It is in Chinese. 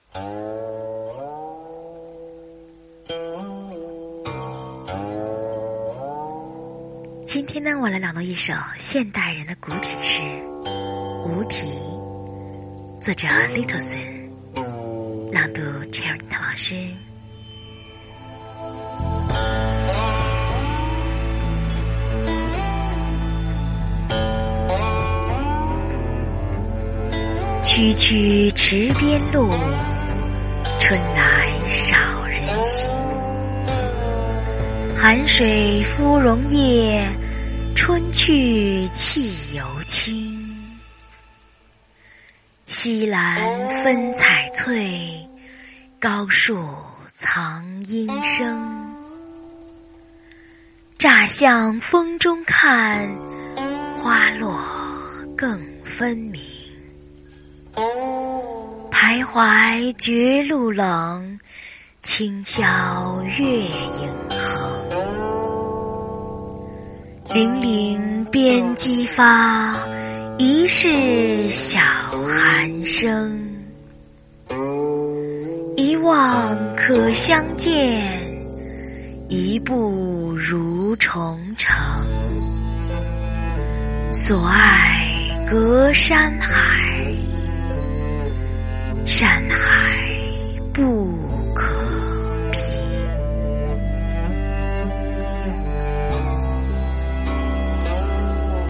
今天呢，我来朗读一首现代人的古体诗《无题》，作者 Littleson， 朗读 Cherry 老师。区区池边路，春来少人行。寒水芙蓉叶，春去气犹轻。西兰分彩翠，高树藏莺声。乍向风中看，花落更分明。徘徊觉路冷，清宵月影横。凛凛边激发，疑是小寒声。一望可相见，一步如重城。所爱隔山海，山海